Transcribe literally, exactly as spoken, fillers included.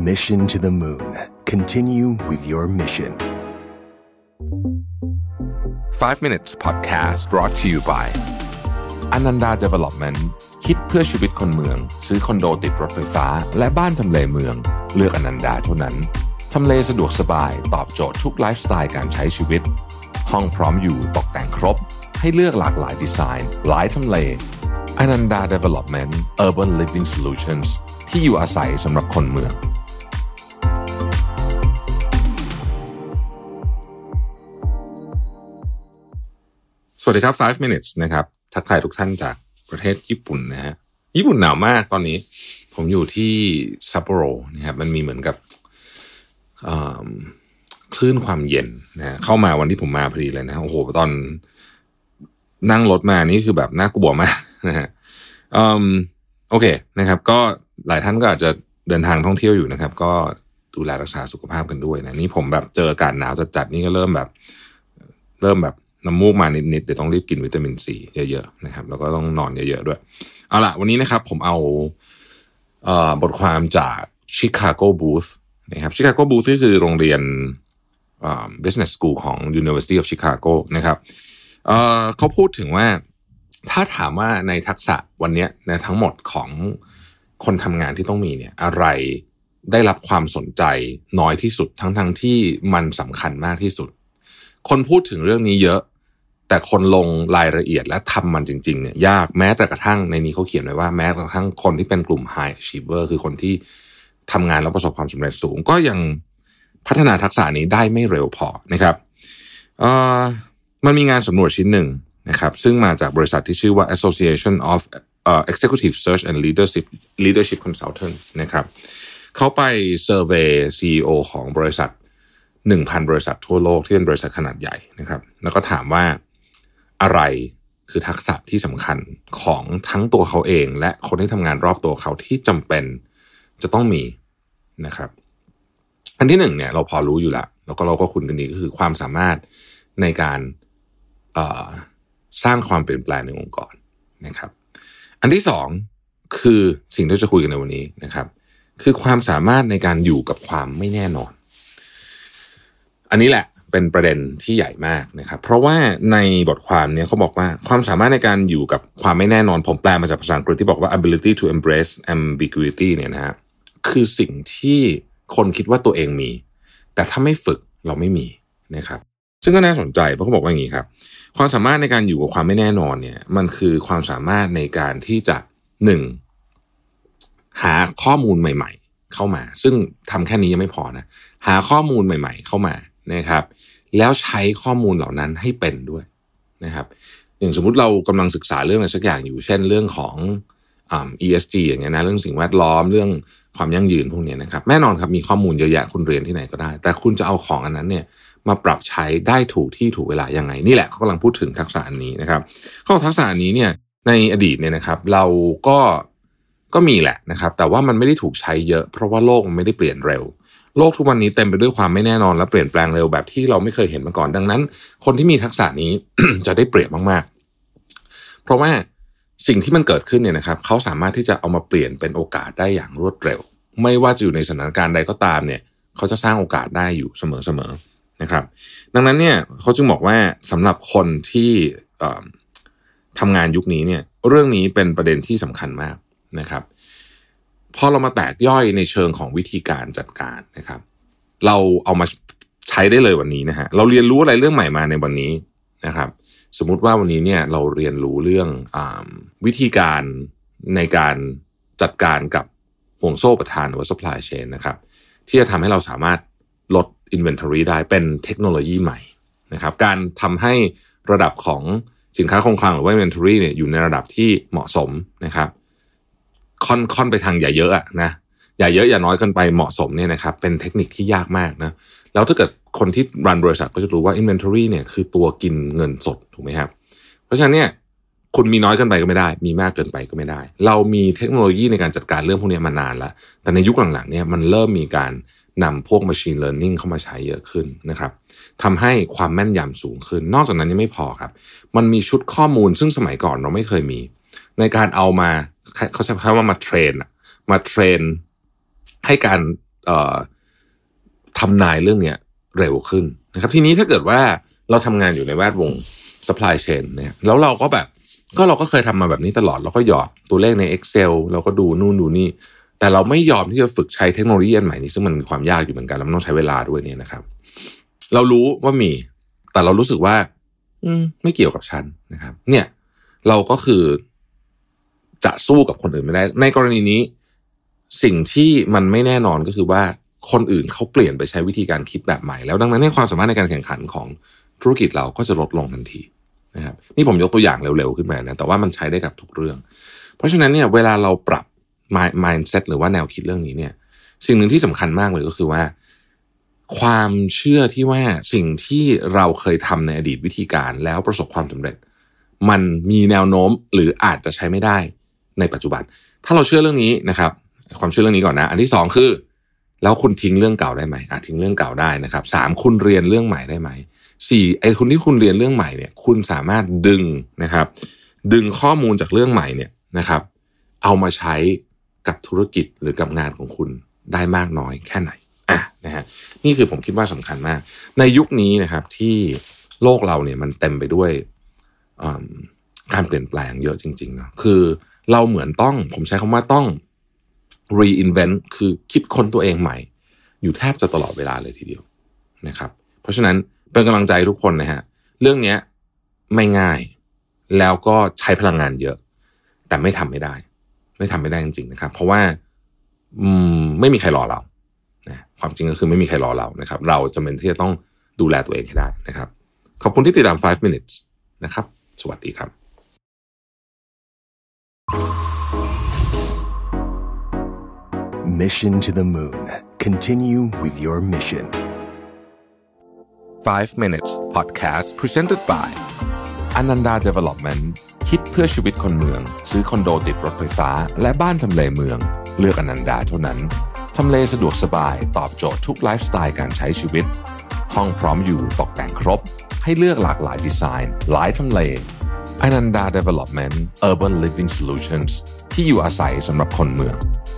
Mission to the Moon. Continue with your mission. five minutes podcast brought to you by Ananda Development คิดเพื่อชีวิตคนเมืองซื้อคอนโดติดรถไฟฟ้าและบ้านทำเลเมืองเลือก Ananda เท่านั้นทำเลสะดวกสบายตอบโจทย์ทุกไลฟ์สไตล์การใช้ชีวิตห้องพร้อมอยู่ตกแต่งครบให้เลือกหลากหลายดีไซน์หลายทำเล Ananda Development Urban Living Solutions ที่อยู่อาศัยสำหรับคนเมืองสวัสดีครับfive minutes นะครับทักทายทุกท่านจากประเทศญี่ปุ่นนะฮะญี่ปุ่นหนาวมากตอนนี้ผมอยู่ที่ซัปโปโรนะครับมันมีเหมือนกับคลื่นความเย็นนะเข้ามาวันที่ผมมาพอดีเลยนะโอ้โหตอนนั่งรถมานี่คือแบบน่ากลัวมากนะฮะโอเคนะครับก็หลายท่านก็อาจจะเดินทางท่องเที่ยวอยู่นะครับก็ดูแลรักษาสุขภาพกันด้วยนะนี่ผมแบบเจออากาศหนาวจัดๆนี่ก็เริ่มแบบเริ่มแบบน้ำมูกมานิดๆเดี๋ยวต้องรีบกินวิตามินซีเยอะๆนะครับแล้วก็ต้องนอนเยอะๆด้วยเอาล่ะวันนี้นะครับผมเอาเอ่อบทความจาก Chicago Booth นะครับ Chicago Booth ก็คือโรงเรียนเอ่อ Business School ของ University of Chicago นะครับเอ่อเขาพูดถึงว่าถ้าถามว่าในทักษะวันนี้ในทั้งหมดของคนทำงานที่ต้องมีเนี่ยอะไรได้รับความสนใจน้อยที่สุดทั้งๆที่มันสำคัญมากที่สุดคนพูดถึงเรื่องนี้เยอะแต่คนลงรายละเอียดและทำมันจริงๆเนี่ยยากแม้แต่กระทั่งในนี้เขาเขียนไว้ว่าแม้กระทั่งคนที่เป็นกลุ่ม high achiever คือคนที่ทำงานแล้วประสบความสำเร็จสูงก็ยังพัฒนาทักษะนี้ได้ไม่เร็วพอนะครับเอ่อมันมีงานสำรวจชิ้นหนึ่งนะครับซึ่งมาจากบริษัทที่ชื่อว่า Association of uh, Executive Search and Leadership Leadership Consultant นะครับเขาไปเซอร์เวย์ ซี อี โอ ของบริษัท หนึ่งพัน บริษัททั่วโลกที่เป็นบริษัทขนาดใหญ่นะครับแล้วก็ถามว่าอะไรคือทักษะที่สำคัญของทั้งตัวเขาเองและคนที่ทำงานรอบตัวเขาที่จำเป็นจะต้องมีนะครับอันที่หนึ่งเนี่ยเราพอรู้อยู่แล้วแล้วก็เราก็คุ้นกันดีก็คือความสามารถในการเอ่อสร้างความเปลี่ยนแปลงในองค์กรนะครับอันที่สองคือสิ่งที่จะคุยกันในวันนี้นะครับคือความสามารถในการอยู่กับความไม่แน่นอนอันนี้แหละเป็นประเด็นที่ใหญ่มากนะครับเพราะว่าในบทความนี้เขาบอกว่าความสามารถในการอยู่กับความไม่แน่นอนผมแปลมาจากภาษาอังกฤษที่บอกว่า ability to embrace ambiguity เนี่ยนะฮะคือสิ่งที่คนคิดว่าตัวเองมีแต่ถ้าไม่ฝึกเราไม่มีนะครับซึ่งก็น่าสนใจเพราะเขาบอกว่าอย่างนี้ครับความสามารถในการอยู่กับความไม่แน่นอนเนี่ยมันคือความสามารถในการที่จะหนึ่งหาข้อมูลใหม่ๆเข้ามาซึ่งทำแค่นี้ยังไม่พอนะหาข้อมูลใหม่ๆเข้ามานะครับแล้วใช้ข้อมูลเหล่านั้นให้เป็นด้วยนะครับอย่างสมมุติเรากำลังศึกษาเรื่องอะไรสักอย่างอยู่เช่นเรื่องของอ่า อี เอส จี อย่างเงี้ยนะเรื่องสิ่งแวดล้อมเรื่องความยั่งยืนพวกนี้นะครับแน่นอนครับมีข้อมูลเยอะแยะคุณเรียนที่ไหนก็ได้แต่คุณจะเอาของอันนั้นเนี่ยมาปรับใช้ได้ถูกที่ถูกเวลายังไงนี่แหละเขากำลังพูดถึงทักษะอันนี้นะครับข้อทักษะอันนี้เนี่ยในอดีตเนี่ยนะครับเราก็ก็มีแหละนะครับแต่ว่ามันไม่ได้ถูกใช้เยอะเพราะว่าโลกมันไม่ได้เปลี่ยนเร็วโลกทุกวันนี้เต็มไปด้วยความไม่แน่นอนและเปลี่ยนแปลงเร็วแบบที่เราไม่เคยเห็นมาก่อนดังนั้นคนที่มีทักษะนี้ จะได้เปรียบมากๆเพราะว่าสิ่งที่มันเกิดขึ้นเนี่ยนะครับเขาสามารถที่จะเอามาเปลี่ยนเป็นโอกาสได้อย่างรวดเร็วไม่ว่าจะอยู่ในสถานการณ์ใดก็ตามเนี่ยเขาจะสร้างโอกาสได้อยู่เสมอๆนะครับดังนั้นเนี่ยเขาจึงบอกว่าสำหรับคนที่ทำงานยุคนี้เนี่ยเรื่องนี้เป็นประเด็นที่สำคัญมากนะครับพอเรามาแตกย่อยในเชิงของวิธีการจัดการนะครับเราเอามาใช้ได้เลยวันนี้นะฮะเราเรียนรู้อะไรเรื่องใหม่มาในวันนี้นะครับสมมุติว่าวันนี้เนี่ยเราเรียนรู้เรื่องอ่าวิธีการในการจัดการกับห่วงโซ่ประทานหรือว่า supply chain นะครับที่จะทำให้เราสามารถลด inventory ได้เป็นเทคโนโลยีใหม่นะครับการทำให้ระดับของสินค้าคงคลังหรือว่า inventory เนี่ยอยู่ในระดับที่เหมาะสมนะครับค่อนค่อนไปทางอย่าเยอะอะนะอย่าเยอะอย่าน้อยเกินไปเหมาะสมเนี่ยนะครับเป็นเทคนิคที่ยากมากนะแล้วถ้าเกิดคนที่รันบริษัทก็จะรู้ว่า inventory เนี่ยคือตัวกินเงินสดถูกไหมครับเพราะฉะนั้นเนี่ยคุณมีน้อยเกินไปก็ไม่ได้มีมากเกินไปก็ไม่ได้เรามีเทคโนโลยีในการจัดการเรื่องพวกนี้มานานแล้วแต่ในยุคหลังๆเนี่ยมันเริ่มมีการนำพวก machine learning เข้ามาใช้เยอะขึ้นนะครับทำให้ความแม่นยำสูงขึ้นนอกจากนั้นยังไม่พอครับมันมีชุดข้อมูลซึ่งสมัยก่อนเราไม่เคยมีในการเอามาเขาใช้คำว่ามาเทรนมาเทรนให้การเอ่อทำนายเรื่องเนี้ยเร็วขึ้นนะครับทีนี้ถ้าเกิดว่าเราทำงานอยู่ในแวดวง supply chain เนี่ยแล้วเราก็แบบก็เราก็เคยทำมาแบบนี้ตลอดเราก็หยอดตัวเลขใน Excel เราก็ดูนู่นดูนี่แต่เราไม่ยอมที่จะฝึกใช้เทคโนโลยีอันใหม่นี้ซึ่งมันมีความยากอยู่เหมือนกันแล้วมันต้องใช้เวลาด้วยเนี่ยนะครับเรารู้ว่ามีแต่เรารู้สึกว่าอืมไม่เกี่ยวกับฉันนะครับเนี่ยเราก็คือจะสู้กับคนอื่นไม่ได้ในกรณีนี้สิ่งที่มันไม่แน่นอนก็คือว่าคนอื่นเขาเปลี่ยนไปใช้วิธีการคิดแบบใหม่แล้วดังนั้นความสามารถในการแข่งขันของธุรกิจเราก็จะลดลงทันทีนะครับนี่ผมยกตัวอย่างเร็วๆขึ้นมานะแต่ว่ามันใช้ได้กับทุกเรื่องเพราะฉะนั้นเนี่ยเวลาเราปรับ mindset หรือว่าแนวคิดเรื่องนี้เนี่ยสิ่งหนึ่งที่สำคัญมากเลยก็คือว่าความเชื่อที่ว่าสิ่งที่เราเคยทำในอดีตวิธีการแล้วประสบความสำเร็จมันมีแนวโน้มหรืออาจจะใช้ไม่ได้ในปัจจุบันถ้าเราเชื่อเรื่องนี้นะครับความเชื่อเรื่องนี้ก่อนนะอันที่สองคือแล้วคุณทิ้งเรื่องเก่าได้ไหมอ่ะทิ้งเรื่องเก่าได้นะครับสามคุณเรียนเรื่องใหม่ได้ไหมสี่ไอ้คุณที่คุณเรียนเรื่องใหม่เนี่ยคุณสามารถดึงนะครับดึงข้อมูลจากเรื่องใหม่เนี่ยนะครับเอามาใช้กับธุรกิจหรือกับงานของคุณได้มากน้อยแค่ไหนอ่ะนะฮะนี่คือผมคิดว่าสำคัญมากในยุคนี้นะครับที่โลกเราเนี่ยมันเต็มไปด้วยการเปลี่ยนแปลงเยอะจริงๆนะคือเราเหมือนต้องผมใช้คำว่าต้อง reinvent คือคิดค้นตัวเองใหม่อยู่แทบจะตลอดเวลาเลยทีเดียวนะครับเพราะฉะนั้นเป็นกำลังใจทุกคนนะฮะเรื่องนี้ไม่ง่ายแล้วก็ใช้พลังงานเยอะแต่ไม่ทำไม่ได้ไม่ทำไม่ได้จริงๆนะครับเพราะว่าอืมไม่มีใครรอเรานะความจริงก็คือไม่มีใครรอเรานะครับเราจำเป็นที่จะต้องดูแลตัวเองให้ได้นะครับขอบคุณที่ติดตามfive minutes นะครับสวัสดีครับ Mission to the Moon. Continue with your mission. five minutes podcast presented by Ananda Development คิดเพื่อชีวิตคนเมืองซื้อคอนโดติดรถไฟฟ้าและบ้านทำเลเมืองเลือก Ananda เท่านั้นทำเลสะดวกสบายตอบโจทย์ทุกไลฟ์สไตล์การใช้ชีวิตห้องพร้อมอยู่ตกแต่งครบให้เลือกหลากหลายดีไซน์หลายทำเล Ananda Development Urban Living Solutions ที่อยู่อาศัยสำหรับคนเมือง